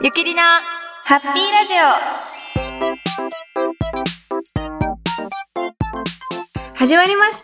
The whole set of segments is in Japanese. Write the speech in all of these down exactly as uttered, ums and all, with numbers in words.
ゆきりなハッピーラジオ。始まりました。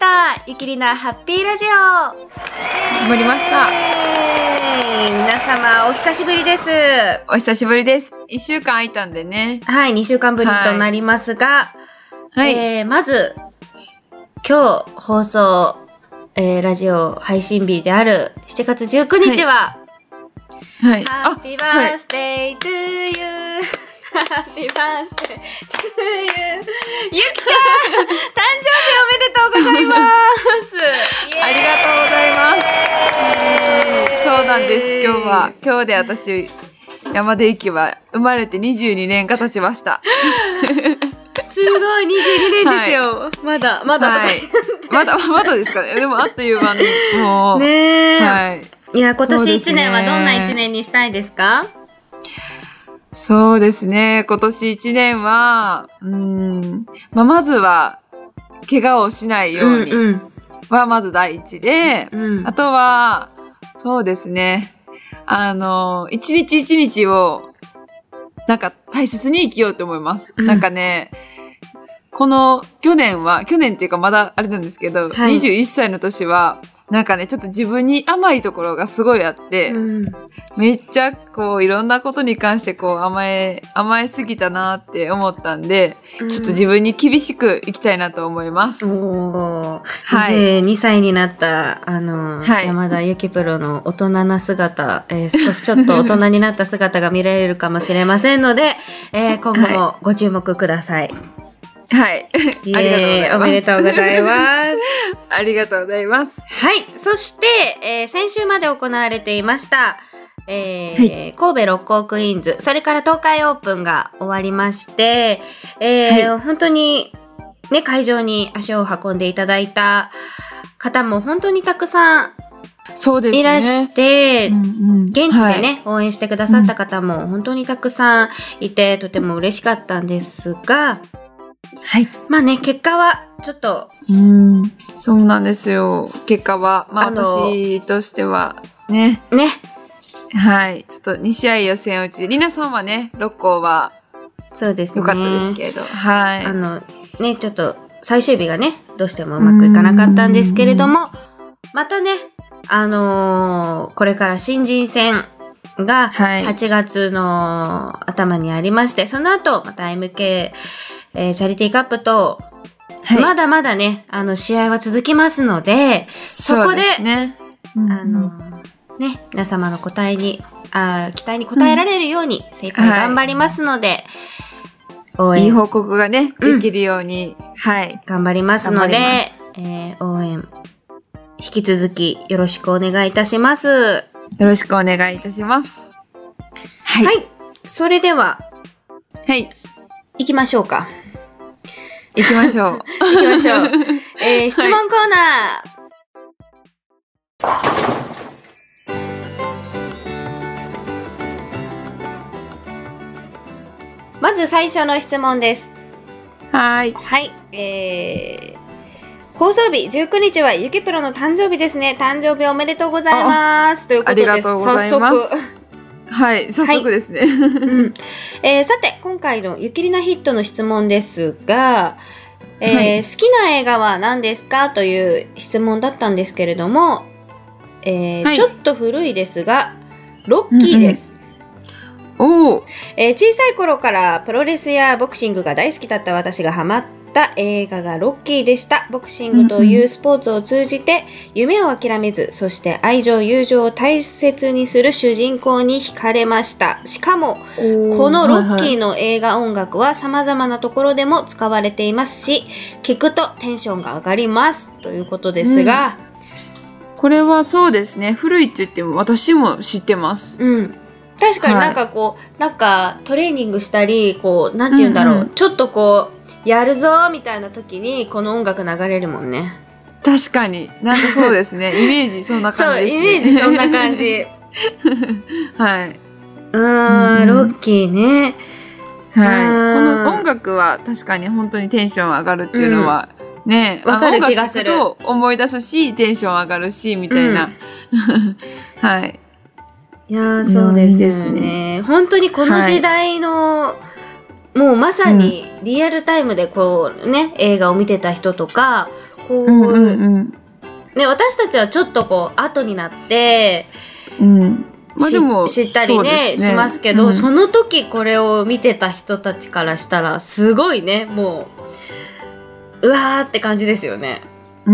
ゆきりなハッピーラジオ。 始まりました。 皆様お久しぶりです。 お久しぶりです。いっしゅうかん空いたんでね。 はい、にしゅうかんぶりとなりますが、 はい、 えー、まず今日放送、えー、ラジオ配信日であるしちがつじゅうくにちは、 はい、 ハッピーバースデートゥーユー、ハッピーバースデートゥーユー、ゆきちゃん誕生日おめでとうございますありがとうございます、えー、そうなんです。今日は今日で私山田ゆきは生まれてにじゅうにねんが経ちましたすごいにじゅうにねんですよ、はい、まだまだ、はい、 まだまだですかね。でもあっという間にもうねえ、 はい、 いや今年いちねんはどんないちねんにしたいですか？ そうですね、今年いちねんはうーん、まあ、まずは怪我をしないようにはまず第一で、うんうん、あとはそうですね、あの一日一日をなんか大切に生きようと思います、うん、なんかね、この去年は去年っていうかまだあれなんですけど、はい、にじゅういっさいの年はなんかねちょっと自分に甘いところがすごいあって、うん、めっちゃこういろんなことに関してこう甘え甘えすぎたなって思ったんで、うん、ちょっと自分に厳しくいきたいなと思います。 おー、はい、にじゅうにさいになったあの、はい、山田ゆきプロの大人な姿、えー、少しちょっと大人になった姿が見られるかもしれませんので、えー、今後もご注目ください。 はい。ありがとうございます。 おめでとうございます。 ありがとうございます。 はい。そして、えー、先週まで行われていました、えーはい、神戸六甲クイーンズ、それから東海オープンが終わりまして、えーはい、本当にね、会場に足を運んでいただいた方も本当にたくさんそうですね、 いらして、 うんうん、 現地でね、はい、応援してくださった方も本当にたくさんいて、うん、とても嬉しかったんですが、はい。まあね、結果はちょっと、 うーん、そうなんですよ。結果はまあ私としてはね、 ね、 はい、ちょっとに試合予選落ちで、りなさんはね、六甲はそうですね、 良かったですけれど、はい、 あのね、ちょっと最終日がね、どうしてもうまくいかなかったんですけれども、またね、あのー、これから新人戦がはちがつの頭にありまして、はい、その後また エムケーえー、チャリティーカップと、はい、まだまだね、あの、試合は続きますので、そこで、 そうですね、 うん、あの、ね、皆様の答えに、あ、期待に応えられるように精一杯頑張りますので、 うん、はい、応援。いい報告がね、できるように、うん、はい。 頑張りますので、えー、応援、引き続きよろしくお願いいたします。よろしくお願いいたします。 はい。はい。それでは、 はい。 行きましょうか。 行きましょう。 行きましょう。えー、質問コーナー。はい、まず最初の質問です。 はい。 はい。えー、放送日じゅうくにちはゆきプロの誕生日ですね。誕生日おめでとうございます。ということで、 ありがとうございます。早速。はい、早速ですね。はい、うんえー、さて、今回のゆきりなヒットの質問ですが、えーはい、好きな映画は何ですかという質問だったんですけれども、えーはい、ちょっと古いですが、ロッキーです。 うんうん、おー、 えー、小さい頃からプロレスやボクシングが大好きだった私がハマった映画がロッキーでした。ボクシングというスポーツを通じて夢を諦めず、そして愛情友情を大切にする主人公に惹かれました。しかもこのロッキーの映画音楽は様々なところでも使われていますし、聞くとテンションが上がりますということですが、 うん、これはそうですね、古いって言っても私も知ってます。 うん、確かになんかこう、はい、なんかトレーニングしたり、こうなんて言うんだろう、うんうん、ちょっとこうやるぞみたいな時にこの音楽流れるもんね。 確かに、なんかそうですねイメージそんな感じですね。 そう、イメージそんな感じはい、 うーん、ロッキーね、 はい、この音楽は確かに本当にテンション上がるっていうのは、うん、ね、 わかる気がする。 音楽と思い出すしテンション上がるしみたいな、うん、はい、 いやーそうですよね。いい本当にこの時代の、はい、もうまさにリアルタイムでこうね、うん、映画を見てた人とかこう、うんうんうんね、私たちはちょっとこう後になって、 うんまあ、でも知ったり ね, ねしますけど、うん、その時これを見てた人たちからしたらすごいねもううわーって感じですよね。 うん、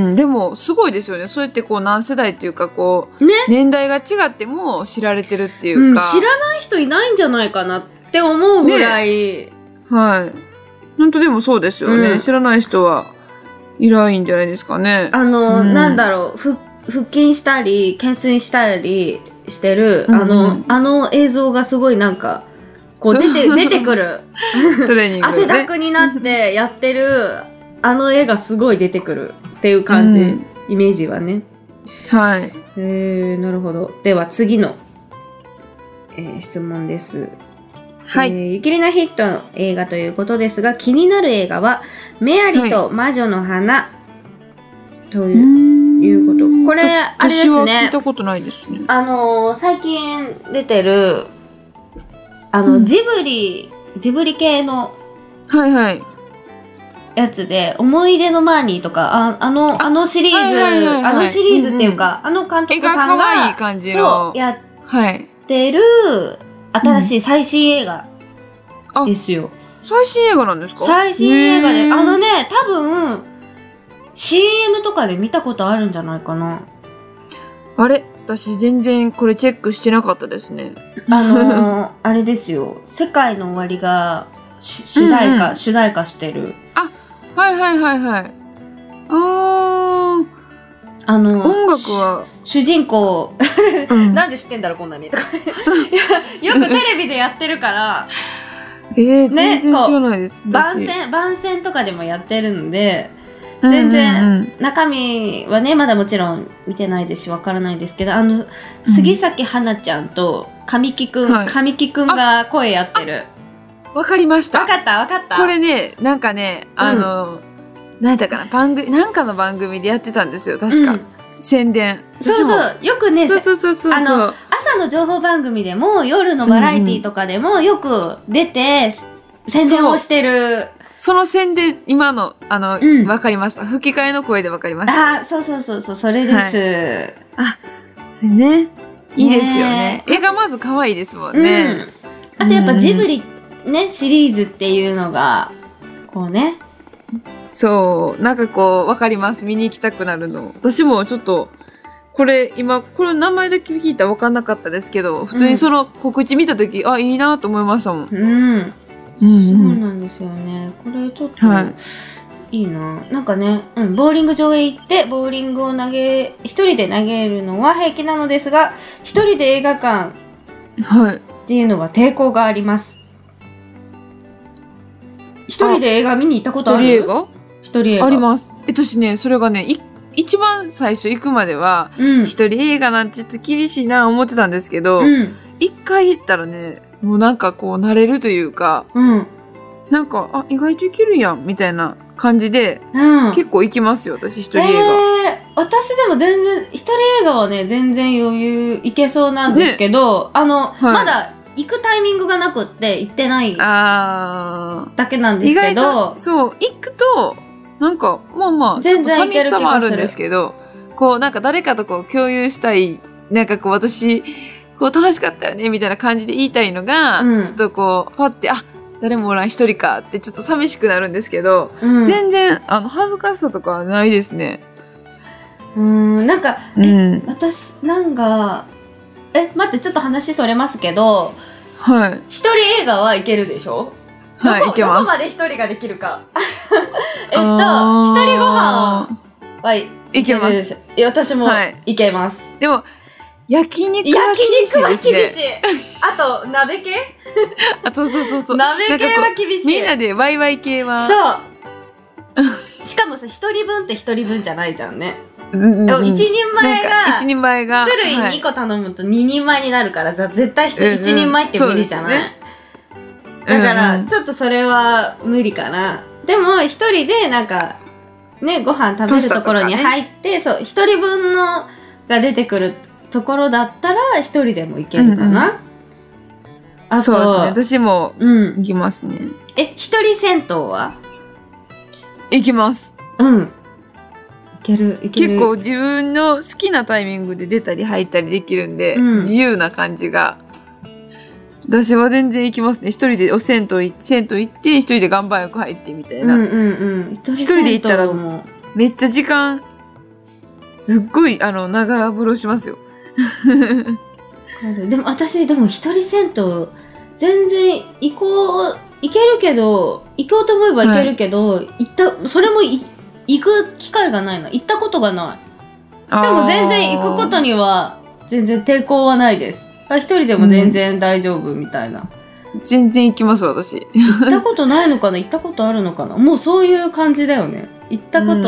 でもすごいですよね。そうやってこう何世代っていうかこう、ね、年代が違っても知られてるっていうか、 うん、知らない人いないんじゃないかなって思うぐらい、ね、 はい本当でもそうですよね、うん、知らない人はいないんじゃないですかね。 あの、うん、なんだろうふ腹筋したり懸垂したりしてる、うんうん、あのあの映像がすごいなんかこう出て出てくるトレーニング、ね、 汗だくになってやってるあの絵がすごい出てくるっていう感じ、うん、イメージはね。 はい。 えー、なるほど。では次の、えー、質問です。はい。えー、ゆきりなヒットの映画ということですが、気になる映画はメアリと魔女の花、はい、ということ。これあれですね。 私は聞いたことないですね。 あのー、最近出てるあの、うん、ジブリジブリ系のはいはいやつで思い出のマーニーとか あ, あのあのシリーズ、はいはいはいはい、あのシリーズっていうか、うんうん、あの監督さんが絵が可愛い感じのそうやってる、はい、新しい最新映画ですよ、 うん、最新映画なんですか？ 最新映画であのね多分 シーエム とかで見たことあるんじゃないかな。 あれ私全然これチェックしてなかったですね。 あのー、あれですよ世界の終わりが主題歌、うんうん、主題歌してる。 あはいはいはいはい。ああの音楽は主人公、うん、なんで知ってんだろうこんなにとかよくテレビでやってるからえー、全然知らないです。 番宣番宣とかでもやってるんで全然、うんうんうん、中身はねまだもちろん見てないですしわからないですけどあの杉咲花ちゃんと神木くん、はい、神木くんが声やってる。 わかりました。 わかったわかった。 これねなんかねあの、うん、何だったかな番組なんかの番組でやってたんですよ確か、うん、宣伝。 そうそうよくねそうそうそうそうあの朝の情報番組でも夜のバラエティとかでもよく出て、うん、宣伝をしてる。 その宣伝今のあの、うん、分かりました。吹き替えの声で分かりました。 あそうそうそうそうそれです、 はい、あねいいですよね。絵がまず可愛いですもんね、 うん、あとやっぱジブリねシリーズっていうのがこうねそうなんかこう分かります。見に行きたくなるの。私もちょっとこれ今これ名前だけ聞いたら分かんなかったですけど普通にその告知見た時、うん、あいいなと思いましたもん。 うんうんうん、そうなんですよね。これちょっと、はい、いいな。なんかね、うん、ボーリング場へ行ってボーリングを投げ一人で投げるのは平気なのですが一人で映画館っていうのは抵抗があります。一人で映画見に行ったことある？ 一人映画？ 一人映画あります。私ねそれがねい一番最初行くまでは、うん、一人映画なんてちょっと厳しいな思ってたんですけど、うん、一回行ったらねもうなんかこう慣れるというか、うん、なんかあ意外といけるやんみたいな感じで、うん、結構行きますよ私一人映画、 えー、私でも全然一人映画はね全然余裕いけそうなんですけど、ね、あの、はい、まだ行くタイミングがなくって行ってないだけなんですけど、意外とそう行くとなんかまあまあちょっと寂しさもあるんですけどこうなんか誰かとこう共有したいなんかこう私こう楽しかったよねみたいな感じで言いたいのが、うん、ちょっとこうパッてあ誰もおらん一人かってちょっと寂しくなるんですけど、うん、全然あの恥ずかしさとかはないですね。 うーんなんか、うん、私なんかえ待ってちょっと話それますけど、 はい、 一人映画はいけるでしょ？ はい、いけます。 どこまで一人ができるかえっと一人ご飯はいけるでしょ？いや私もいけます、 はい、でも焼肉は厳しいですね。 焼肉は厳しい。あと鍋系あそうそうそうそう鍋系は厳しい。 みんなでワイワイ系はそうしかもさ一人分って一人分じゃないじゃんね、 うんうん、 一人前が一人前が種類にこ頼むと二人前になるからさ、はい、絶対一人前って無理じゃない、うんうんね、だからちょっとそれは無理かな。でも一人でなんかねご飯食べるところに入って、ね、そう一人分のが出てくるところだったら一人でも行けるかな、うんうん、あとそうですね、私も行きますね、うん、 え一人銭湯は行きます。 うんいけるいける。 結構自分の好きなタイミングで出たり入ったりできるんで、うん、自由な感じが私は全然行きますね。一人でお銭湯銭湯行って一人で岩盤浴入ってみたいな、うんうんうん、一人で行ったらもうめっちゃ時間すっごいあの長風呂しますよでも私でも一人銭湯全然行こう行けるけど行こうと思えば行けるけど、はい、行ったそれも行く機会がないな。行ったことがない。でも全然行くことには全然抵抗はないです。一人でも全然大丈夫みたいな、 うん、全然行きます私。 行ったことないのかな行ったことあるのかな。もうそういう感じだよね。行ったこと、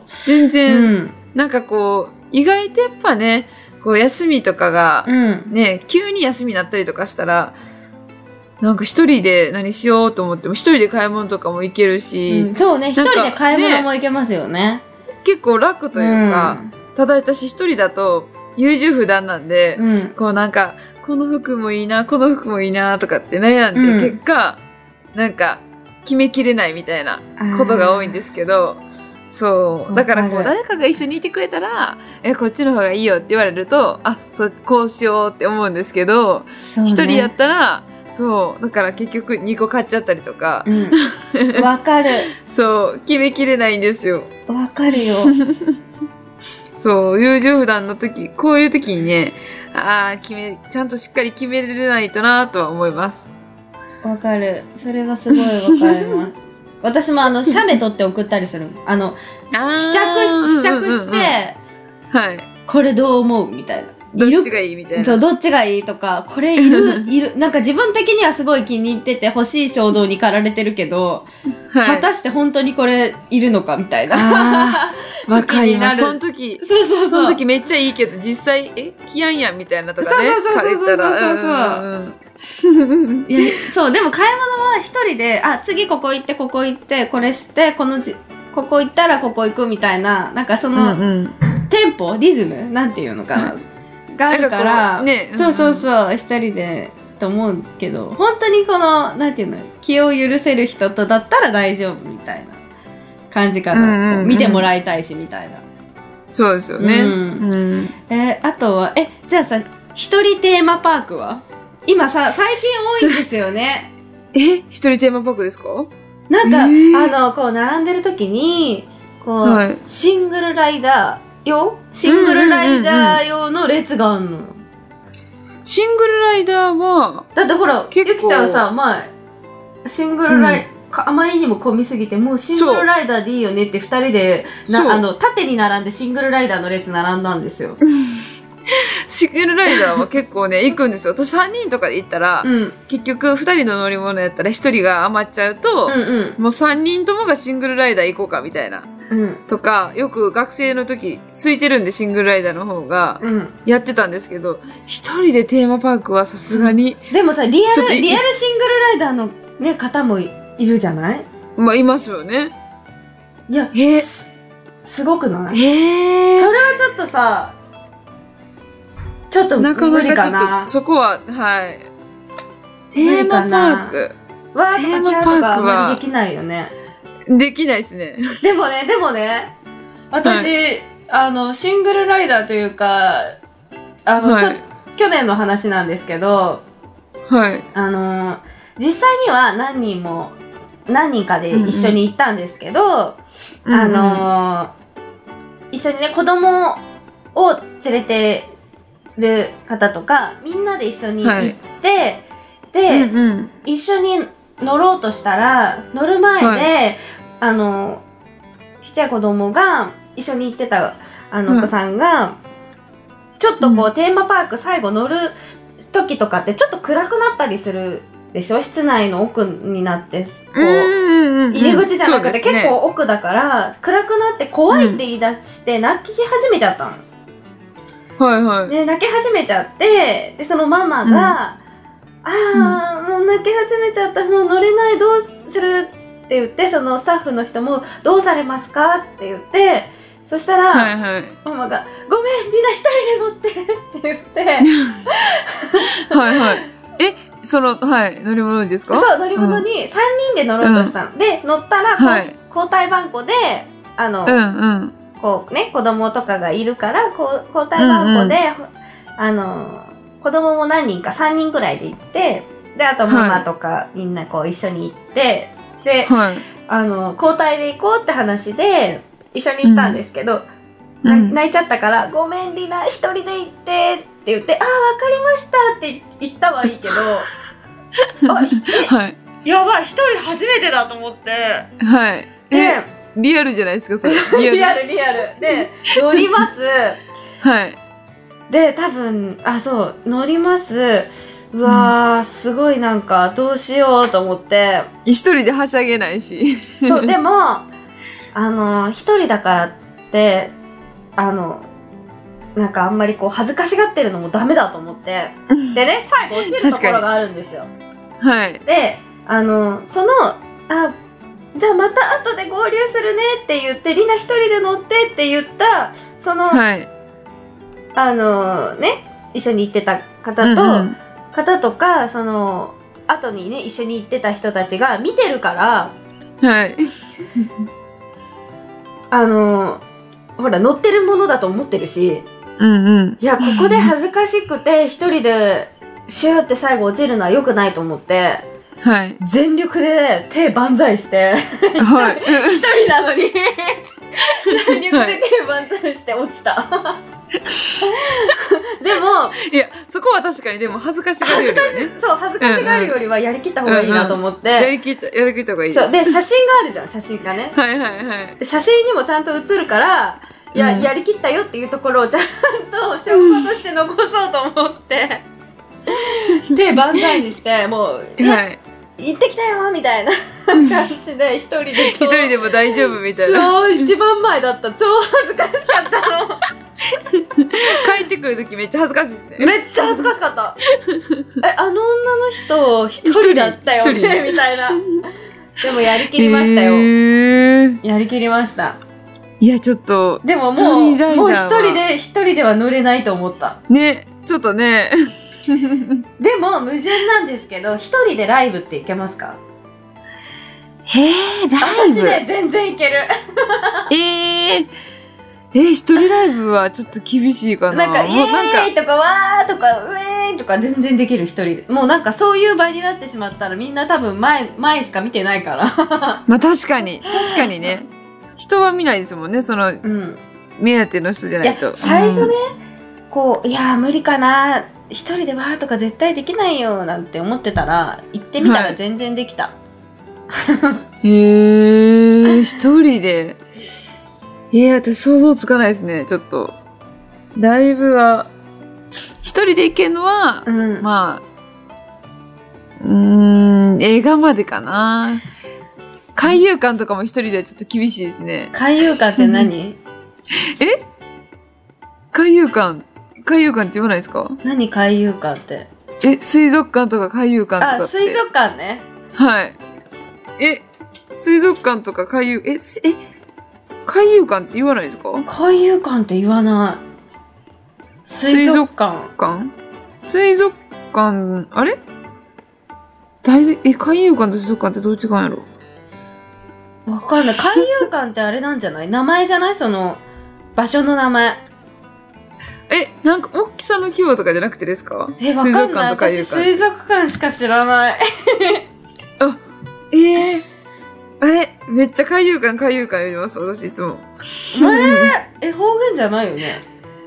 うん、全然、うん、なんかこう意外とやっぱねこう休みとかが、ね、うん、急に休みになったりとかしたらなんか一人で何しようと思っても一人で買い物とかも行けるし、 うん、そうね一人で買い物も行けますよね。 結構楽というか、うん、ただ私一人だと優柔不断なんで、うん、こうなんかこの服もいいなこの服もいいなとかって悩んで、うん、結果なんか決めきれないみたいなことが多いんですけど、そうだからこう誰かが一緒にいてくれたらえこっちの方がいいよって言われるとあそこうしようって思うんですけど一、ね、人やったらそうだから結局にこ買っちゃったりとかわ、うん、かるそう決めきれないんですよ。 わかるよそう優柔不断の時こういう時にねあ決めちゃんとしっかり決めれないとなとは思います。 わかるそれはすごいわかります私もあの写メ撮って送ったりするあの試着し試着して、うんうんうん、はいこれどう思うみたいなどっちがいいみたいなそうどっちがいいとかこれいるいるなんか自分的にはすごい気に入ってて欲しい衝動に駆られてるけど、はい、果たして本当にこれいるのかみたいなわかりますその時そうそうそうその時めっちゃいいけど実際え着やんやんみたいなとかねそうそうそうそうそうそういやそうでも買い物は一人であ次ここ行ってここ行ってこれしてこのじここ行ったらここ行くみたいななんかその、うんうん、テンポリズムなんていうのかな、うんがあるから、ねうんうん、そうそうそう一人でと思うけど本当にこのなんていうの気を許せる人とだったら大丈夫みたいな感じかな、うんうんうん、見てもらいたいしみたいなそうですよね、うんうん、えあとはえじゃあさ一人テーマパークは今さ最近多いんですよねえ一人テーマパークですかなんか、えー、あのこう並んでる時にこう、はい、シングルライダーよシングルライダー用の列があるの、うんうんうん、 シングルライダーはだってほらゆきちゃんさ前シングルライ、うん、あまりにも混みすぎてもうシングルライダーでいいよねってふたりでなあの縦に並んでシングルライダーの列並んだんですよシングルライダーは結構ね行くんですよ私さんにんとかで行ったら、うん、結局ふたりの乗り物やったらひとりが余っちゃうと、うんうん、もうさんにんともがシングルライダー行こうかみたいなうん、とかよく学生の時空いてるんでシングルライダーの方がやってたんですけど一、うん、人でテーマパークはさすがに、 うん、でもさリアルリアルシングルライダーの、ね、方も い, いるじゃないまあいますよねいやえす, すごくないえそれはちょっとさちょっと無理かななかなかちょっとそこははいテーマパークワーテーマパークはあんまりできないよねできないですねでもねでもね私、はい、あのシングルライダーというかあの、はい、ちょ去年の話なんですけど、はい、あの実際には何人も何人かで一緒に行ったんですけど、うんうん、あの一緒にね子供を連れてる方とかみんなで一緒に行って、はい、で、うんうん、一緒に乗ろうとしたら乗る前で、はい、あのちっちゃい子供が一緒に行ってたあのお子さんが、うん、ちょっとこう、うん、テーマパーク最後乗る時とかってちょっと暗くなったりするでしょ室内の奥になってこう、うんうんうん、入り口じゃなくて、ね、結構奥だから暗くなって怖いって言い出して泣き始めちゃったの、うん、はいはいで泣き始めちゃってでそのママが、うんあー、うん、もう泣き始めちゃったもう乗れないどうするって言ってそのスタッフの人もどうされますかって言ってそしたら、はいはい、ママがごめんリナ一人で乗ってって言ってはいはい。え、その、はい、乗り物にですか？ そう、乗り物にさんにんで乗ろうとしたの、うん、で乗ったら、はい、交代番号であの、うんうん、こうね、子供とかがいるからこう交代番号で、うんうん、あの子供も何人かさんにんぐらいで行って、であとママとかみんなこう一緒に行って、で、はい、あの交代で行こうって話で一緒に行ったんですけど、うん、泣いちゃったから「ごめんリナ一人で行って」って言って「ああ分かりました」って言ったはいいけどあ、はい、やばい一人初めてだと思って、 はい、でリアルじゃないですかそれ。 リアルリアルで乗りますはい。 で多分あそう乗ります。うわー、うん、すごいなんかどうしようと思って一人ではしゃげないしそうでもあの一人だからってあのなんかあんまりこう恥ずかしがってるのもダメだと思ってでね最後落ちるところがあるんですよ。 はいであのそのあじゃあまた後で合流するねって言ってリナ一人で乗ってって言ったその、はい、あのね一緒に行ってた方と、うんうん、方とかその後にね一緒に行ってた人たちが見てるからはいあのほら乗ってるものだと思ってるし、 うんうん、 いやここで恥ずかしくて一人でシューって最後落ちるのは良くないと思って、 はい、 全力で手万歳して、はい、一人なのに全力で手万歳して落ちた、はい、でもいやそこは確かにでも恥ずかしがるよりはねそう恥ずかしがるよりはやりきった方がいいなと思って、うんうん、 やりきったやりきった方がいいそうで写真があるじゃん写真がねはいはいはい写真にもちゃんと写るからや、うん、やりきったよっていうところをちゃんと証拠として残そうと思ってで万歳にしてもう、はい、行ってきたよみたいな感じで一人で一人でも大丈夫みたいなそう一番前だった超恥ずかしかったの帰ってくる時めっちゃ恥ずかしいですねめっちゃ恥ずかしかったえあの女の人一人だったよねみたいなでもやりきりましたよ、えー、やりきりましたいやちょっとでももうもう一人で一人では乗れないと思ったねちょっとねでも矛盾なんですけど一人でライブっていけますか？ へえライブ私ね全然いけるえー、えー、一人ライブはちょっと厳しいかな。 なんかイエーイとかわーとかウェーイとか全然できる一人でもうなんかそういう場になってしまったらみんな多分前前しか見てないからまあ確かに確かにね人は見ないですもんねその、うん、目当ての人じゃないと。いや最初ね、うん、こういや無理かな一人でわーとか絶対できないよなんて思ってたら行ってみたら全然できた、 はい、へえ一人でえー、私想像つかないですねちょっとライブは一人で行けるのは、うん、まあうーん映画までかな。海遊館とかも一人ではちょっと厳しいですね。 海遊館って何え海遊館海遊館って言わないですか？ 何海遊館ってえ水族館とか海遊館とかってあ水族館ねはいえ水族館とか海遊ええ海遊館って言わないですか？ 海遊館って言わない水族館水族館あれ大え海遊館と水族館ってどう違うんやろわかんない海遊館ってあれなんじゃない名前じゃないその場所の名前えなんか大きさの規模とかじゃなくてですか？ えわかんない私水族館しか知らないあえー、えめっちゃ海遊館海遊館言います私いつもえー、え方言じゃないよね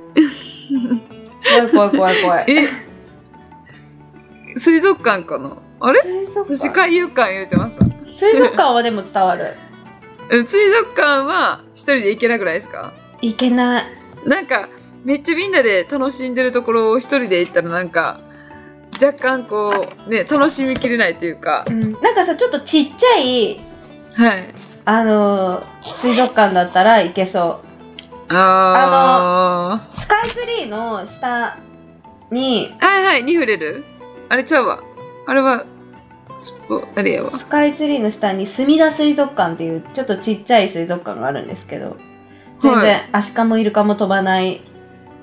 怖い怖い怖い怖いえ水族館かなあれ私海遊館言ってました水族館はでも伝わる水族館は一人で行けなくないですか？ 行けないなんかめっちゃみんなで楽しんでるところを一人で行ったらなんか若干こうね楽しみきれないというか、 うん、なんかさちょっとちっちゃいはいあの水族館だったら行けそうああのスカイツリーの下にはいはいに触れるあれちゃうわあれはあれやわスカイツリーの下にすみだ水族館っていうちょっとちっちゃい水族館があるんですけど全然アシカもイルカも飛ばない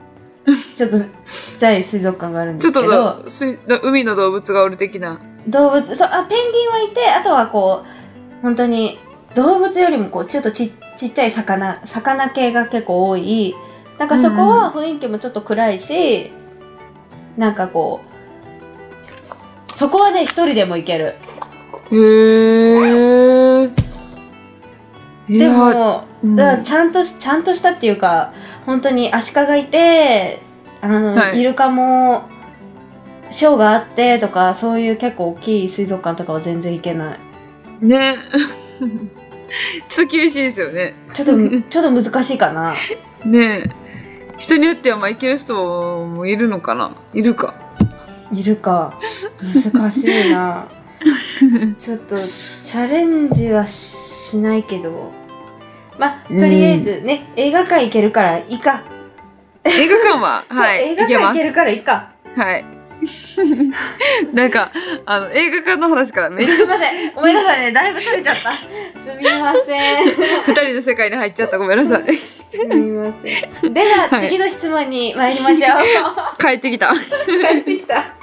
ちょっとちっちゃい水族館があるんですけど、 ちょっと海の動物がおる的な動物、そう、あ、ペンギンはいて、あとはこう本当に動物よりもこうちょっとちちっちゃい魚魚系が結構多い。なんかそこは雰囲気もちょっと暗いし、うん、なんかこうそこはね一人でも行ける。 へー。 でも、うん、だからちゃんとちゃんとしたっていうか、本当にアシカがいて、あの、はい、イルカもショーがあってとか、そういう結構大きい水族館とかは全然行けないね。ちょっと厳しいですよね。 ちょっとちょっと難しいかな。 ねえ、人によってはまあ行ける人もいるのかな。いるかいるか難しいな。ちょっとチャレンジはしないけど、まあとりあえずね、うん、映画館行けるからいいか。 映画館ははい映画館行けるからいいか。 はい。なんかあの映画館の話からめっちゃすいません、ごめんなさいね、だいぶそれちゃった。すみません。 二人の世界に入っちゃった、ごめんなさい。 すみません。では、はい、次の質問に参りましょう。 帰ってきた。 帰ってきた。はい、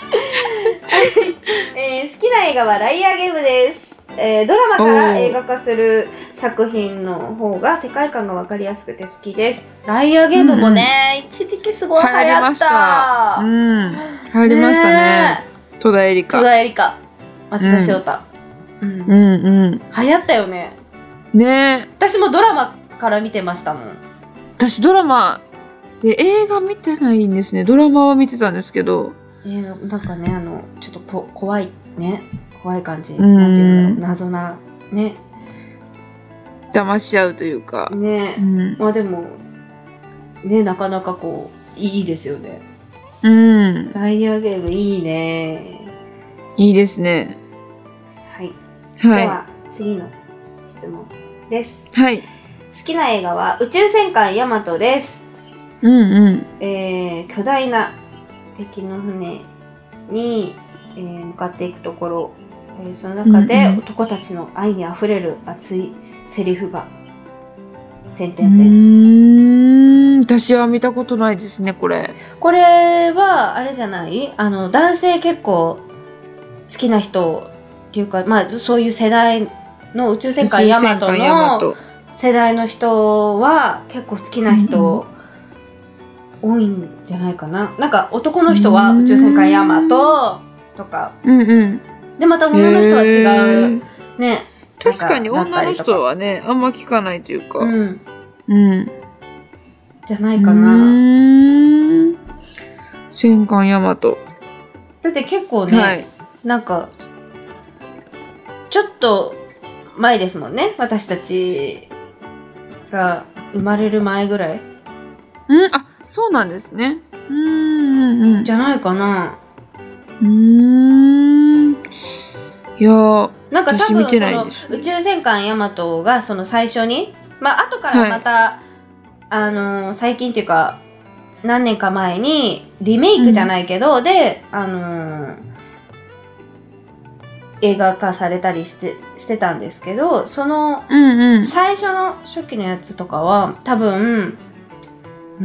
えー、好きな映画はライアーゲームです。えー、ドラマから映画化する作品の方が世界観が分かりやすくて好きです。ライアーゲームもね、うんうん、一時期すごい流行った。流行りました。 うん、流行りましたね。戸田恵梨香。 戸田恵梨香。松田翔太。うん、うん、うんうん。流行ったよね。 ね。 私もドラマから見てましたもん。 私ドラマで映画見てないんですね。ドラマは見てたんですけど。 えー、なんかね、あのちょっとこ怖いね。怖い感じ、なんていうの、謎なね、 騙し合うというかね、うん、まあでもね、なかなかこういいですよね。 うん。 ライアーゲームいいね。 いいですね。 はい。 はい、 では次の質問です。 はい。 好きな映画は宇宙戦艦ヤマトです。 うんうん。 えー、巨大な敵の船に、えー、向かっていくところ。その中で男たちの愛にあふれる熱いセリフがてんてんてん。うーん、私は見たことないですね。これこれはあれじゃない、あの男性結構好きな人っていうか、まあそういう世代の宇宙戦艦ヤマトの世代の人は結構好きな人多いんじゃないかな。なんか男の人は宇宙戦艦ヤマトとか、 うんうんでまた女の人は違うね。 確かに女の人はねあんま聞かないというか、 うんうんじゃないかな。 うーん、戦艦ヤマトだって結構ね、はい、なんかちょっと前ですもんね、私たちが生まれる前ぐらい。 うん、あ、そうなんですね。うーん、うん、 じゃないかな。 うーん、いやー、 なんか多分その宇宙戦艦ヤマトがその最初に、まあ後からまた、はい、あのー、最近っていうか何年か前にリメイクじゃないけど、うん、であのー、映画化されたりしてしてたんですけど、その最初の初期のやつとかは多分、うん、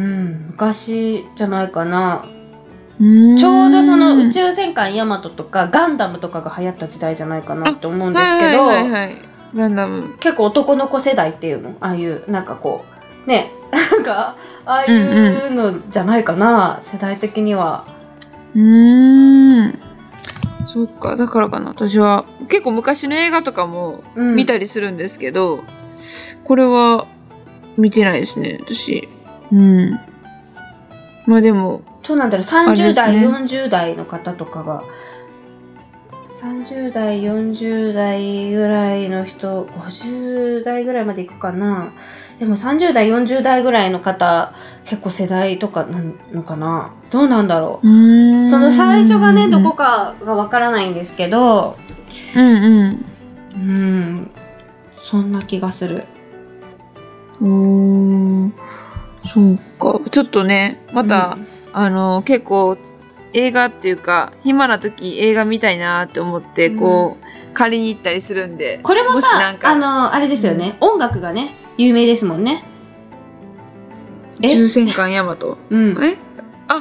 昔じゃないかな。ちょうどその宇宙戦艦ヤマトとかガンダムとかが流行った時代じゃないかなって思うんですけど、 はいはいはいはい、ガンダム結構男の子世代っていうの、ああいうなんかこうね、なんかああいうのじゃないかな、うんうん、世代的には。 うーん、そっか、だからかな。私は結構昔の映画とかも見たりするんですけど、うん、これは見てないですね、私。うん。まあでもどうなんだろう、さんじゅう代、ね、よんじゅう代の方とかが、さんじゅう代よんじゅう代ぐらいの人、ごじゅう代ぐらいまでいくかな。でもさんじゅう代よんじゅう代ぐらいの方結構世代とかなのかな、どうなんだろう。うーん、その最初がねどこかがわからないんですけど、 うんうんうん、そんな気がする。 おー、そうか。ちょっとねまた、うん、あの結構映画っていうか暇な時映画見たいなって思ってこう、うん、借りに行ったりするんで、 これもさ、もなんかあのあれですよね、うん、音楽がね有名ですもんね。 宇宙戦艦ヤマト、 うん、 えあ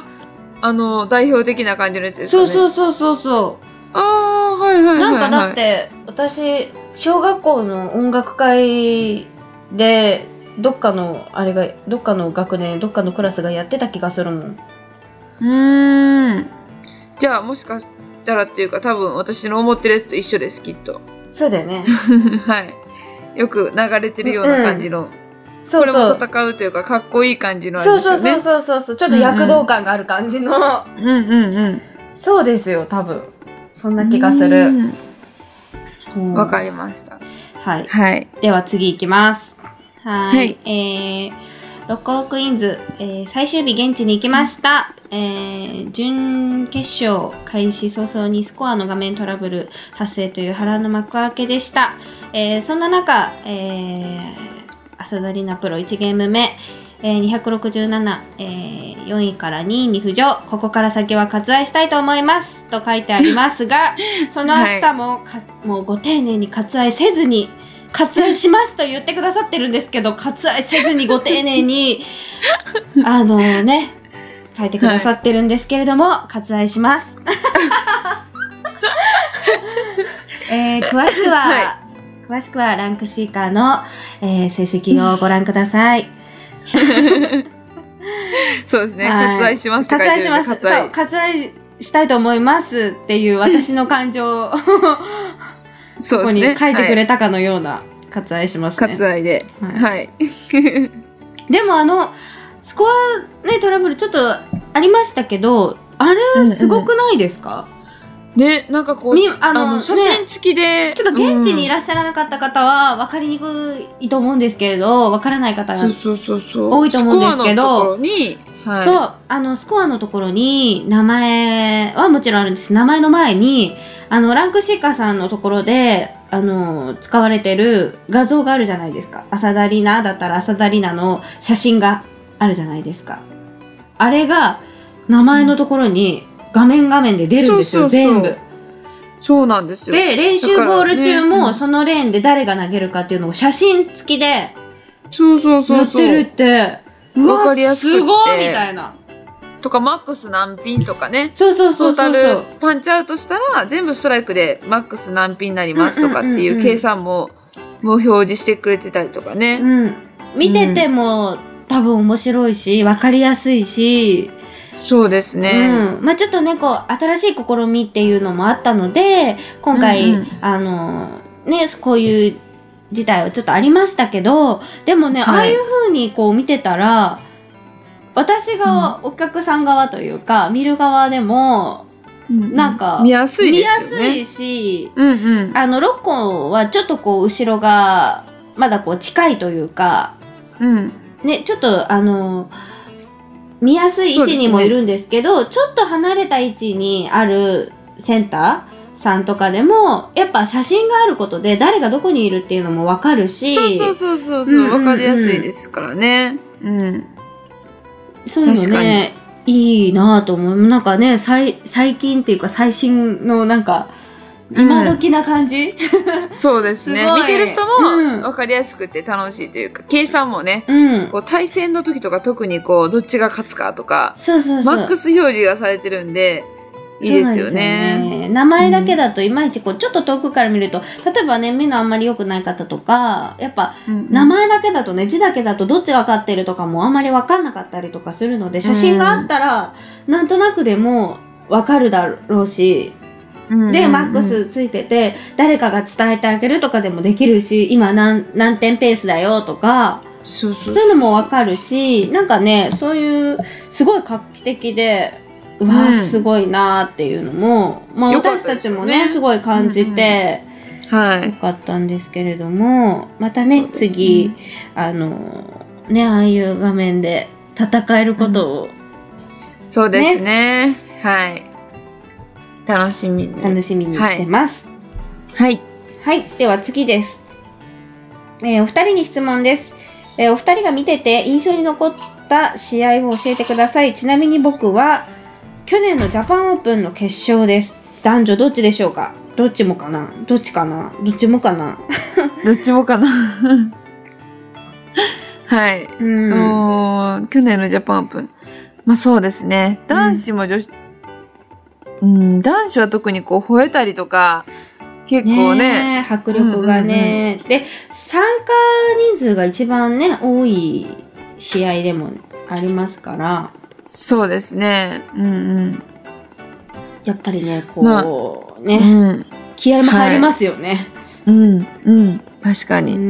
あの代表的な感じのやつですかね。 そうそうそうそうそう。 ああ、はいはいはい、はい。 なんかだって私小学校の音楽会でどっかのあれがどっかの学年どっかのクラスがやってた気がするもん。 うーん。じゃあもしかしたらっていうか多分私の思ってるやつと一緒ですきっと。 そうだよね。 はい。よく流れてるような感じの。うん、 そうそう。 これも戦うというかかっこいい感じのあれですよね。 そうそうそうそうそう。ちょっと躍動感がある感じの。 うんうんうん。 そうですよ多分。そんな気がする。 わかりました。 はい。 はい。 では次いきます。はい。はい、えー、ロッコークイーンズ、えー、最終日現地に行きました。えー、準決勝開始早々にスコアの画面トラブル発生という波乱の幕開けでした。えー、そんな中、えー、浅田里奈プロいちゲーム目、えー、にひゃくろくじゅうなな、えー、よんいからにいに浮上。ここから先は割愛したいと思いますと書いてありますがその下も、はい、もうご丁寧に割愛せずに割愛しますと言ってくださってるんですけど割愛せずにご丁寧にあのね書いてくださってるんですけれども、はい、割愛しますえー、詳しくは、はい、詳しくはランクシーカーの、えー、成績をご覧くださいそうですね、はい、割愛しますって書いてるんで、 割愛します。そう、割愛したいと思いますっていう私の感情をそこに書いてくれたかのような割愛しますね。 割愛で、はい、はい、 でもあのスコア、ね、トラブルちょっとありましたけど、あれすごくないですか？ うんうん、ね、なんかこうあのあの写真付きで、 ね、ちょっと現地にいらっしゃらなかった方は分かりにくいと思うんですけれど、分からない方が多いと思うんですけど、はい、そうあのスコアのところに名前はもちろんあるんです。名前の前にあのランクシーカーさんのところであの使われてる画像があるじゃないですか。浅田里奈だったら浅田里奈の写真があるじゃないですか。あれが名前のところに画面画面で出るんですよ、全部。 そうなんですよ。 で練習ボール中もそのレーンで誰が投げるかっていうのを写真付きでやってるって、 わかりやすくてすごいみたいな。 とかマックス何ピンとかね。 そうそうそうそうそう。 トータルパンチアウトしたら全部ストライクでマックス何ピンになりますとかっていう計算ももう表示してくれてたりとかね。 うん、見てても、うん、多分面白いし分かりやすいし。 そうですね。 うん、まあちょっとねこう新しい試みっていうのもあったので今回、うんうん、あのねこういう事態はちょっとありましたけど、でもね、はい、ああいう風にこう見てたら私がお客さん側というか、うん、見る側でもなんか、うん、 見やすいですよね。 見やすいし、 うんうん、 あのろっこはちょっとこう後ろがまだこう近いというか、 うんね、ちょっとあの見やすい位置にもいるんですけど、ちょっと離れた位置にあるセンターさんとかでもやっぱ写真があることで誰がどこにいるっていうのも分かるし、 そうそうそうそう、うんうんうん、分かりやすいですからね。うん、 そういうのねいいなと思う。なんかね最近っていうか最新のなんか今時な感じ、 うん、そうですね。見てる人も分かりやすくて楽しいというか、計算もね、 うん、 こう対戦の時とか特にこうどっちが勝つかとか、 そうそうそう、 マックス表示がされてるんでいいですよね。 そうなんですよね。名前だけだといまいちこうちょっと遠くから見ると、例えばね目のあんまり良くない方とかやっぱ名前だけだとね字だけだとどっちが勝ってるとかもあんまり分かんなかったりとかするので、写真があったらなんとなくでも分かるだろうし、うんうんうん、でマックスついてて誰かが伝えてあげるとかでもできるし、今 何, 何点ペースだよとか、 そうそうそう、 そういうのも分かるし、なんかねそういうすごい画期的でうわ、うん、すごいなっていうのも、まあ、私たちもねすごい感じて、 うんうん、はい、 よかったんですけれども、また ね, ね次あのねああいう画面で戦えることを、うん、 そうですね、はい、楽しみに楽しみにしてます。 はい、 はいはい、では次です。えー、お二人に質問です。えー、お二人が見てて印象に残った試合を教えてください。ちなみに僕は去年のジャパンオープンの決勝です。男女どっちでしょうか？どっちもかな？どっちかな？どっちもかな？ どっちもかなはい、うん、去年のジャパンオープン、 まあそうですね。男子も女子、うん、うん、男子は特にこう吠えたりとか結構ね、 ね迫力がね、うんうんうん、で参加人数が一番ね多い試合でもありますから。 そうですね。うんうん。 やっぱりねこう、まあ、ね、うん、気合も入りますよね。 はい、うんうん確かに、うん、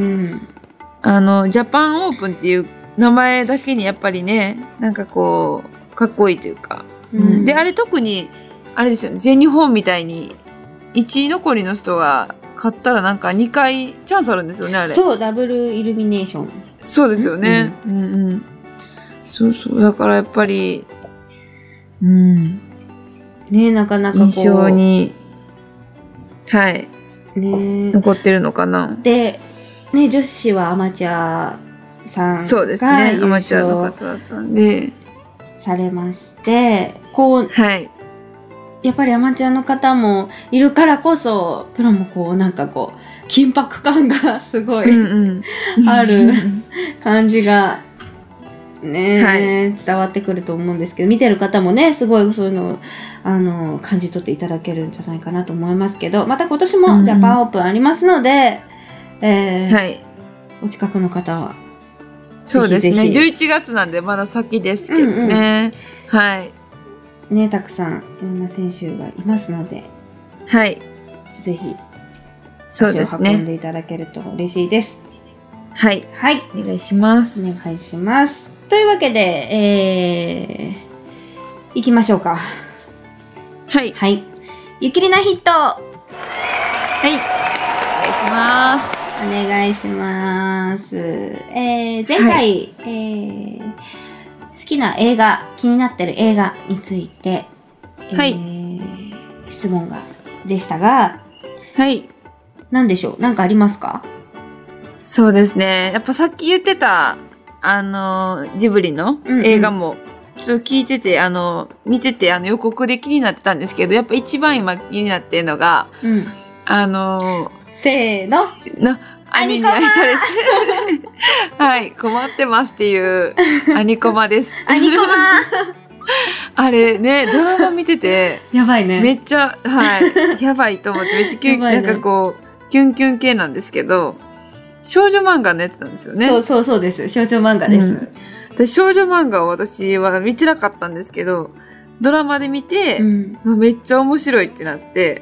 あのジャパンオープンっていう名前だけにやっぱりねなんかこうかっこいいというか、うんうん、であれ特にあれですよね全日本みたいにいちい残りの人が勝ったらなんかにかいチャンスあるんですよねあれ。 そうダブルイルミネーション。 そうですよね、うん、うんうんそうそうだからやっぱりうんねなかなかこう印象にはいね残ってるのかな。 でね女子はアマチュアさんがそうですねアマチュアの方だったんでされましてこう、 はい、 やっぱりアマチュアの方もいるからこそプロもこうなんかこう緊迫感がすごい、うんうん、ある感じがね、はい、伝わってくると思うんですけど見てる方もねすごいそういうのをあの感じ取っていただけるんじゃないかなと思いますけどまた今年もジャパンオープンありますので、うんえーはい、お近くの方はそうですねぜひぜひじゅういちがつなんでまだ先ですけどね、うんうん、はいねたくさんいろんな選手がいますのではいぜひ足を運んでいただけると嬉しいです。 はい、 はい、 お願いします。 お願いします。というわけで、えー、行きましょうか。 はい。 はい。ゆきりなヒット。はい。お願いします。 お願いします。えー、前回、はい、えー、好きな映画、気になってる映画について、 はい、 えー、質問がでしたが、 はい。 何でしょう？何かありますか？ そうですね。やっぱさっき言ってた、あの、ジブリの映画も、ちょっと聞いてて、あの、見てて、あの、予告で気になってたんですけど、やっぱ一番今気になってるのが、うん、あの、 せーの。 のアニに愛されてはい、困ってますっていうアニコマです。 アニコマあれね、ドラマ見てて、 やばいね。 めっちゃ、はい、やばいと思って、めっちゃキュン、ね、なんかこう、キュンキュン系なんですけど、少女漫画のやつなんですよね。 そうそうそうです。少女漫画です。うん、 で少女漫画を私は見てなかったんですけど、ドラマで見て、うん、めっちゃ面白いってなって、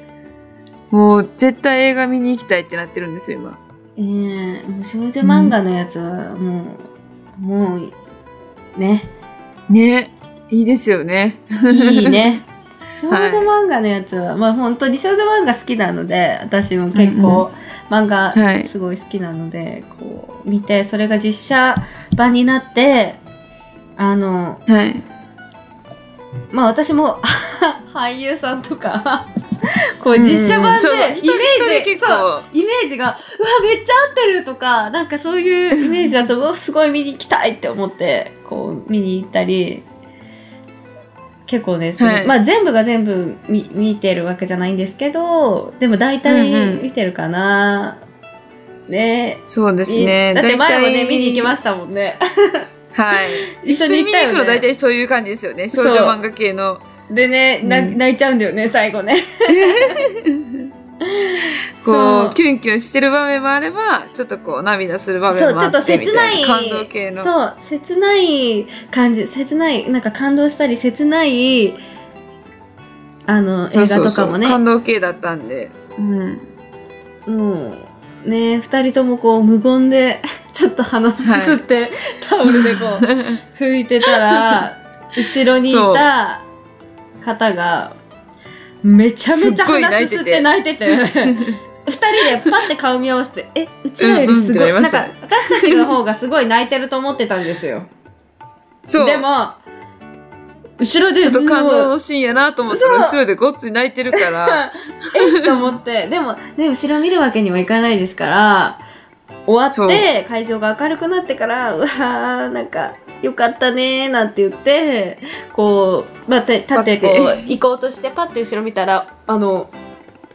もう絶対映画見に行きたいってなってるんですよ、今。 えー、もう少女漫画のやつはもう、うん、もう、ね。 ね。いいですよね。 いいね。少女漫画のやつは、はい、まあ本当に少女漫画好きなので、私も結構漫画すごい好きなので、はい、こう見て、それが実写版になって、あの、 はい、 まあ私も俳優さんとかこう実写版でイメージ、そうイメージがうわめっちゃ合ってるとかなんかそういうイメージだとすごい見に行きたいって思ってこう見に行ったり結構ね、はい、まあ全部が全部 見, 見てるわけじゃないんですけどでも大体見てるかな、うんうん、ねそうですねだって前もね見に行きましたもんねはい一緒に行ったよね。一緒に見に行くの大体そういう感じですよね少女漫画系のでね、うん、泣いちゃうんだよね最後ねこうキュンキュンしてる場面もあればちょっとこう涙する場面もあってそうちょっと切ない感動系のそう切ない感じ切ないなんか感動したり切ないあの映画とかもね感動系だったんでうんもうね二人ともこう無言でちょっと鼻すすって、はい、タオルでこう拭いてたら後ろにいた方がめちゃめちゃ鼻すすって泣いてて二人でパッて顔見合わせてえうちらよりすごい、うんうん、なんか私たちの方がすごい泣いてると思ってたんですよそうでも後ろでちょっと感動のシーンやなと思ったら後ろでごっつい泣いてるからえっと思ってでもね後ろ見るわけにはいかないですから終わって会場が明るくなってからうわーなんかよかったねーなんて言ってこう、まあ、立ってこう行こうとしてパッて後ろ見たらあの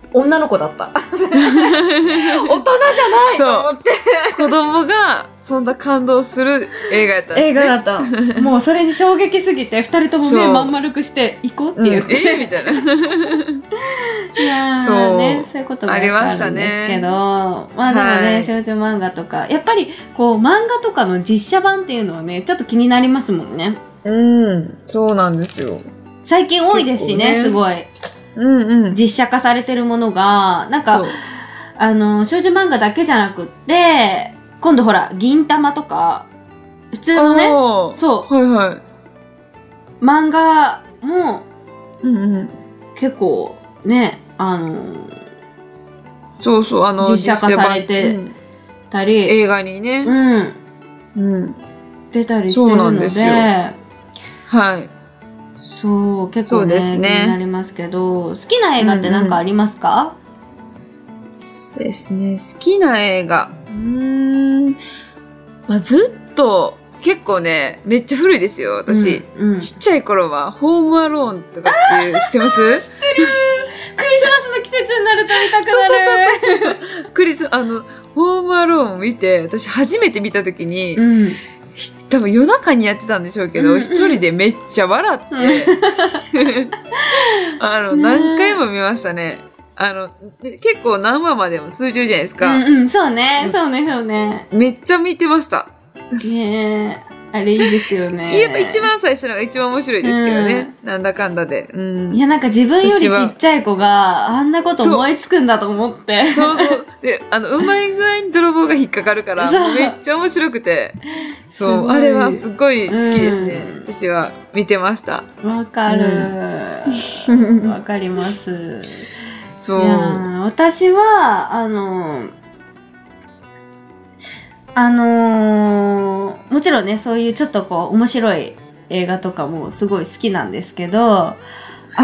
女の子だった大人じゃないと思って子供がそんな感動する映画やったんですね。 映画だったのもうそれに衝撃すぎてふたりとも目まん丸くして行こうって言って、 うん、えー、みたいないやそうね、そういうことがありましたですけど、まあでもね、はい、少女漫画とかやっぱりこう漫画とかの実写版っていうのはねちょっと気になりますもんね。 うんそうなんですよ。 最近多いですし ね, ねすごい、うんうん、実写化されてるものがなんかあの少女漫画だけじゃなくって今度ほら銀魂とか普通のねそう、 はいはい、 漫画も、 うんうん、 結構ねあのそうそうあの実写化されてたり、 うん、映画にね、 うんうん、出たりしてるの で, ではいそう結構 ね, ね気になりますけど好きな映画って何かありますか？ うんうん、ですね好きな映画うーん、まあ、ずっと結構ねめっちゃ古いですよ私、うんうん、ちっちゃい頃はホームアローンとかっていう知ってます？知ってるクリスマスの季節になると見たくなるそうそうそうそうクリスあのホームアローンを見て私初めて見た時に、うん多分夜中にやってたんでしょうけど、うんうん、一人でめっちゃ笑って、うん、あの、ね、何回も見ましたね。あの結構何話までも通じるじゃないですか。 うんうん、そうね、そうね、そうね。 めっちゃ見てました。 ねえ。あれいいですよね。 やっぱ一番最初のが一番面白いですけどね、うん、なんだかんだで、うん、 いやなんか自分よりちっちゃい子があんなこと思いつくんだと思ってそうそうであのうまい具合に泥棒が引っかかるからめっちゃ面白くてそうあれはすごい好きですね、うん、私は見てました。 わかるわ、うん、かりますそういや私はあのあのー、もちろんねそういうちょっとこう面白い映画とかもすごい好きなんですけど、はい、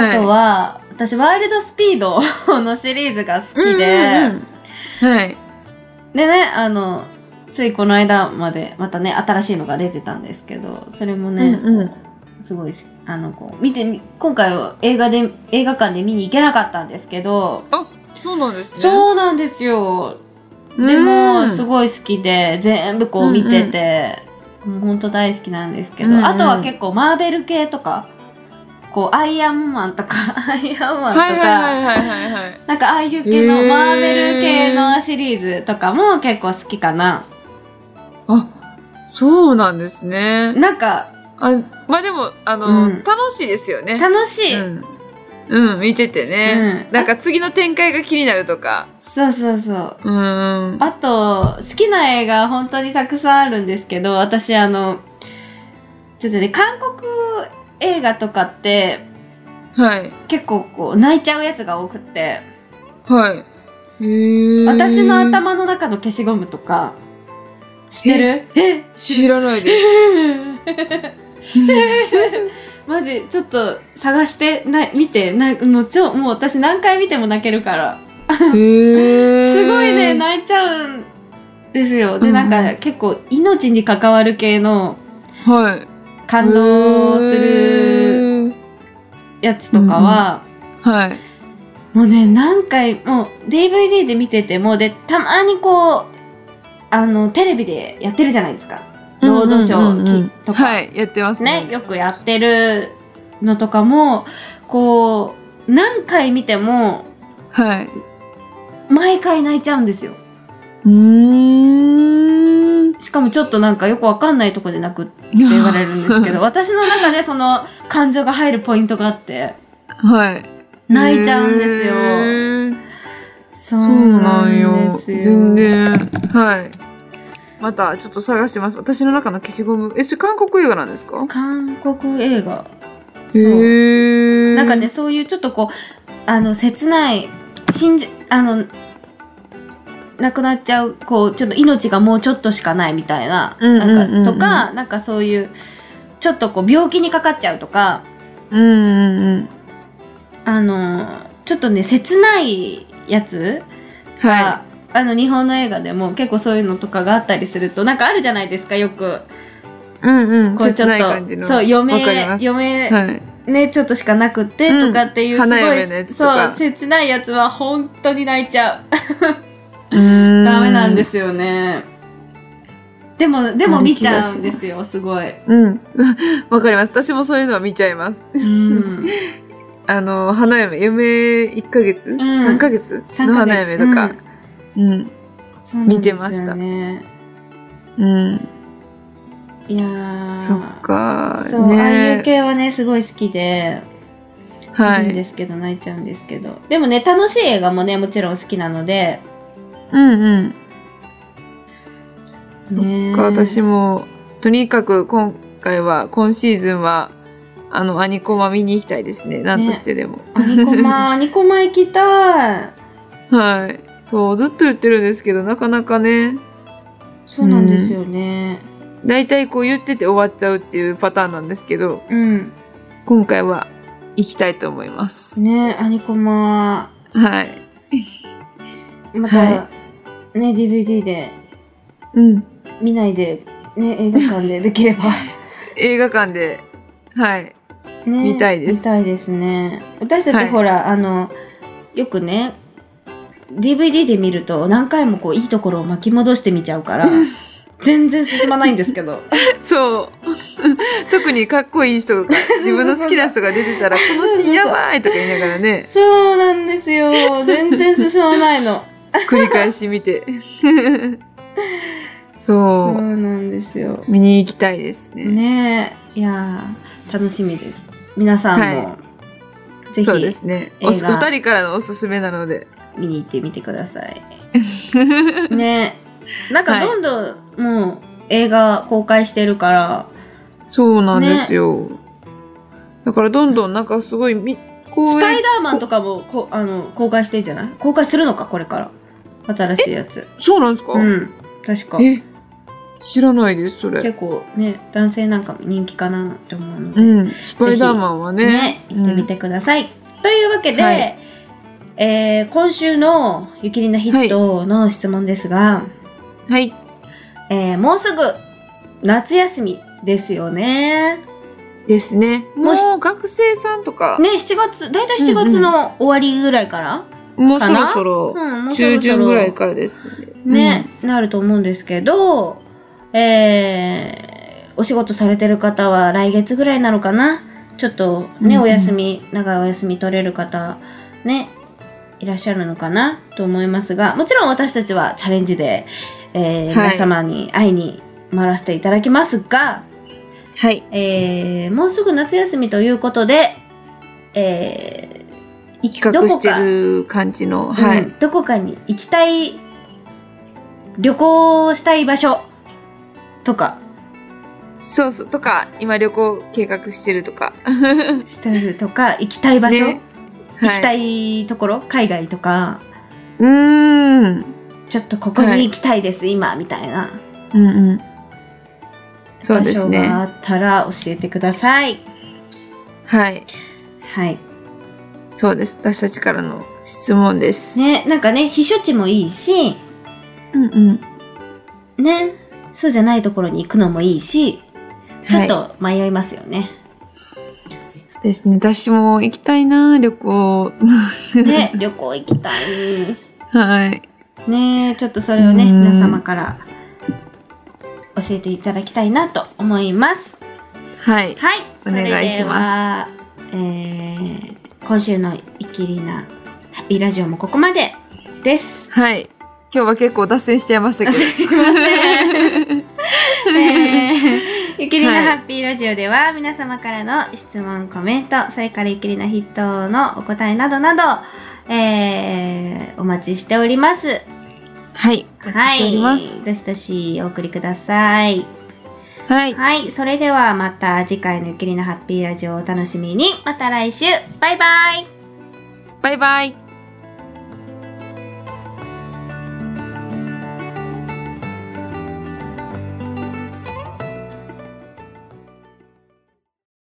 あとは私ワイルドスピードのシリーズが好きで、うんうんうん、はいでねあのついこの間までまたね新しいのが出てたんですけどそれもね、うんうん、すごいあのこう見て今回は映画で映画館で見に行けなかったんですけどあそうなんですねそうなんですよでもすごい好きで全部こう見てて、うんうん、もうほんと大好きなんですけど、うんうん、あとは結構マーベル系とかこうアイアンマンとかアイアンマンとかなんかああいう系のマーベル系のシリーズとかも結構好きかな。 あそうなんですね。 なんかあまあでもあの、うん、楽しいですよね。 楽しい、 うんうん、見ててね、うん、なんか次の展開が気になるとかそうそうそう、 うん、 あと好きな映画本当にたくさんあるんですけど私あのちょっとね韓国映画とかって、 はい、 結構こう泣いちゃうやつが多くてはいへー私の頭の中の消しゴムとか知ってる？ え知らないですマジちょっと探してな見てなもうちょもう私何回見ても泣けるからへすごいね泣いちゃうんですよ。で、うん、なんか結構命に関わる系の感動するやつとかは、 うん、はいもうね何回もう ディーブイディー で見ててもでたまにこうあのテレビでやってるじゃないですかロードショーとか、 はいやってます ね, ねよくやってるのとかもこう何回見ても、 はい、 毎回泣いちゃうんですよ。 うーんしかもちょっとなんかよくわかんないとこで泣くって言われるんですけど私の中でその感情が入るポイントがあってはい泣いちゃうんですよ。そうなんですよ。 全然はいまたちょっと探してます。私の中の消しゴムえそれ韓国映画なんですか？ 韓国映画そうなんかねそういうちょっとこうあの切ない信じあの亡くなっちゃうこうちょっと命がもうちょっとしかないみたいな、うんうんうんうん、なんかとかなんかそういうちょっとこう病気にかかっちゃうとか、 うんうんうん、 あのちょっとね切ないやつが、 はい、 あの日本の映画でも結構そういうのとかがあったりするとなんかあるじゃないですかよく、 うんうん、こうちょっと切ない感じのそう嫁嫁、 はい、 ねちょっとしかなくってとかっていう、 うん、 すごい花嫁のやつとかそう切ないやつは本当に泣いちゃう。 うーんダメなんですよね。でもでも見ちゃうんですよ、すごい。 うんわかります。私もそういうのは見ちゃいます。 うんあの花嫁嫁いっかげつ、うん、さんかげつの花嫁とか、うん、うん、見てました。ね、うん。 いやーそっか、 そう、ね、ああいう系はねすごい好きで、 はい、 いいんですけど泣いちゃうんですけど、でもね楽しい映画もねもちろん好きなので、 うんうん。そっか、私もとにかく今回は今シーズンはあのアニコマ見に行きたいですね。なんとしてでも。ね、 アニコマアニコマ行きたい。 はい。そうずっと言ってるんですけどなかなかね。 そうなんですよね。 うん、だいたいこう言ってて終わっちゃうっていうパターンなんですけど、 うん、 今回は行きたいと思います。 ねアニコマはい。 また、はい、ね ディーブイディー で、 うん、 見ないでね映画館でできれば映画館ではい、ね、見たいです。 見たいですね。私たち、はい、ほらあのよくね ディーブイディー で見ると何回もこういいところを巻き戻して見ちゃうから全然進まないんですけどそう特にかっこいい人が自分の好きな人が出てたらこのシーンやばいとか言いながらねそうなんですよ全然進まないの繰り返し見てそうそうなんですよ。 見に行きたいですね。 ねえいや楽しみです。皆さんも、はい、ぜひそうですねお二人からのおすすめなので見に行ってみてくださいねなんかどんどん、はい、もう映画公開してるからそうなんですよ、ね、だからどんどんなんかすごいみスパイダーマンとかもこあの公開してんじゃない？公開するのかこれから新しいやつ。 そうなんですか？ うん確か。 え知らないですそれ。 結構ね男性なんかも人気かなって思うので、 うん、スパイダーマンはねね行ってみてください、うん、というわけで、はい、えー、今週のゆきりなヒットの質問ですがはい、 えー、もうすぐ夏休みですよね。 ですね。もう学生さんとかねしちがつだいたいしちがつの終わりぐらいから、 うんうん、もうそろそろ、うん、中旬ぐらいからですね、ね、うん、なると思うんですけど、えー、お仕事されてる方は来月ぐらいなのかなちょっとね、うん、お休み長いお休み取れる方ねいらっしゃるのかなと思いますが、もちろん私たちはチャレンジで、えーはい、皆様に会いに回らせていただきますが、 はい、 えー、もうすぐ夏休みということで、えー、企画してる感じの、はい、 うん、どこかに行きたい旅行したい場所とかそうそうとか今旅行計画してるとかしてるとか行きたい場所、ね、行きたいところ、はい、海外とかうーんちょっとここに行きたいです、はい、今みたいな、 うんうん、そうですね、 場所があったら教えてください。 はいはいそうです私たちからの質問ですね。なんかね避暑地もいいしうんうんねそうじゃないところに行くのもいいしちょっと迷いますよね、はい、 そうですね私も行きたいな旅行ね旅行行きたいはいねちょっとそれをね皆様から教えていただきたいなと思います。 はいはいお願いします。 それでは、えー、今週のイキリナハッピーラジオもここまでです。 はい今日は結構脱線しちゃいましたけどすいません、えー、ゆきりなハッピーラジオでは、はい、皆様からの質問コメントそれからゆきりなヒットのお答えなどなど、えー、お待ちしております。 はいお待ちしております、 はい、どしどしお送りください。 はい、 はい、それではまた次回のゆきりなハッピーラジオをお楽しみに。また来週バイバイバイバイ。